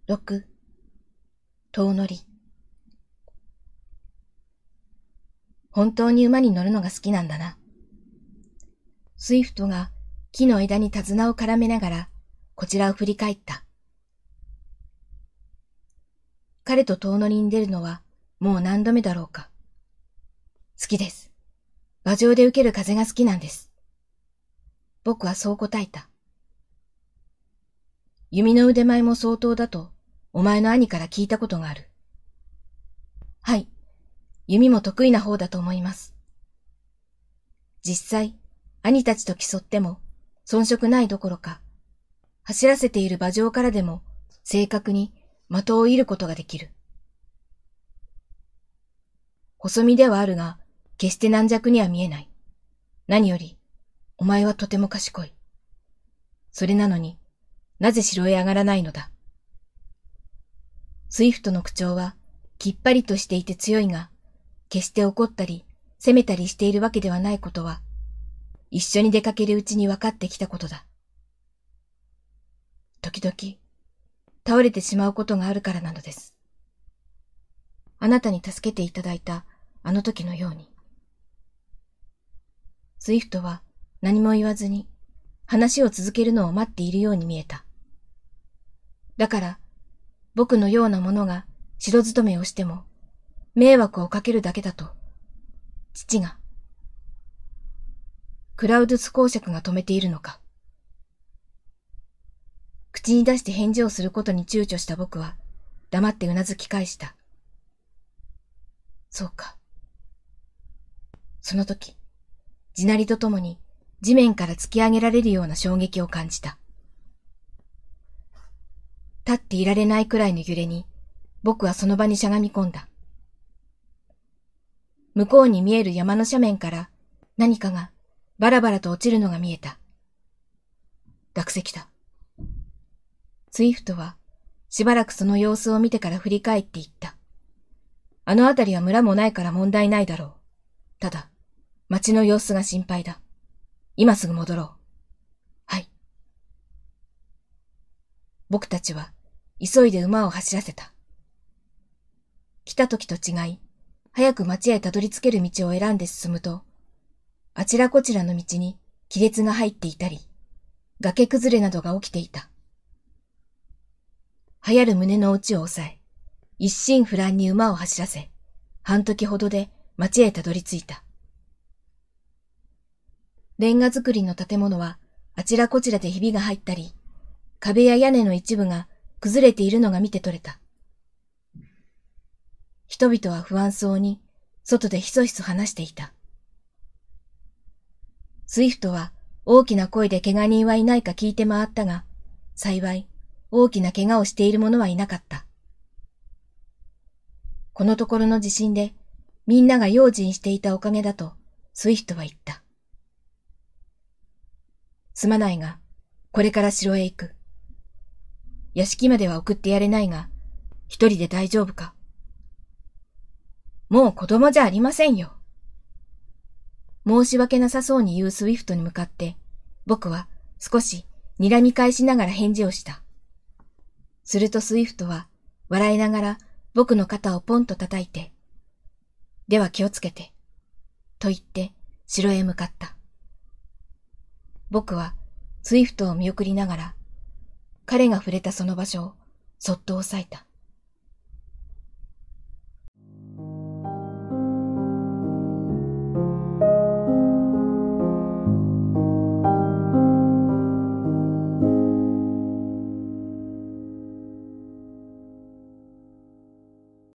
6、遠乗り。本当に馬に乗るのが好きなんだな。スイフトが木の枝に手綱を絡めながらこちらを振り返った。彼と遠乗りに出るのはもう何度目だろうか。好きです。馬上で受ける風が好きなんです。僕はそう答えた。弓の腕前も相当だとお前の兄から聞いたことがある。はい、弓も得意な方だと思います。実際、兄たちと競っても遜色ないどころか、走らせている馬上からでも正確に的を射ることができる。細身ではあるが、決して軟弱には見えない。何より、お前はとても賢い。それなのになぜ城へ上がらないのだ。スイフトの口調はきっぱりとしていて強いが、決して怒ったり責めたりしているわけではないことは、一緒に出かけるうちに分かってきたことだ。時々、倒れてしまうことがあるからなのです。あなたに助けていただいたあの時のように。スイフトは何も言わずに話を続けるのを待っているように見えた。だから、僕のようなものが城勤めをしても迷惑をかけるだけだと、父が。クラウドゥス公爵が止めているのか。口に出して返事をすることに躊躇した僕は黙ってうなずき返した。そうか。その時、地鳴りとともに地面から突き上げられるような衝撃を感じた。立っていられないくらいの揺れに、僕はその場にしゃがみ込んだ。向こうに見える山の斜面から何かがバラバラと落ちるのが見えた。落石だ。スイフトはしばらくその様子を見てから振り返って言った。あの辺りは村もないから問題ないだろう。ただ、町の様子が心配だ。今すぐ戻ろう。はい。僕たちは急いで馬を走らせた。来た時と違い、早く町へたどり着ける道を選んで進むと、あちらこちらの道に亀裂が入っていたり、崖崩れなどが起きていた。流行る胸の内を抑え、一心不乱に馬を走らせ、半時ほどで町へたどり着いた。レンガ造りの建物はあちらこちらでひびが入ったり、壁や屋根の一部が崩れているのが見て取れた。人々は不安そうに外でひそひそ話していた。スイフトは大きな声で怪我人はいないか聞いて回ったが、幸い大きな怪我をしている者はいなかった。このところの地震でみんなが用心していたおかげだとスイフトは言った。すまないが、これから城へ行く。屋敷までは送ってやれないが、一人で大丈夫か。もう子供じゃありませんよ。申し訳なさそうに言うスウィフトに向かって、僕は少し睨み返しながら返事をした。するとスウィフトは笑いながら僕の肩をポンと叩いて、では気をつけて、と言って城へ向かった。僕はスウィフトを見送りながら、彼が触れたその場所をそっと押さえた。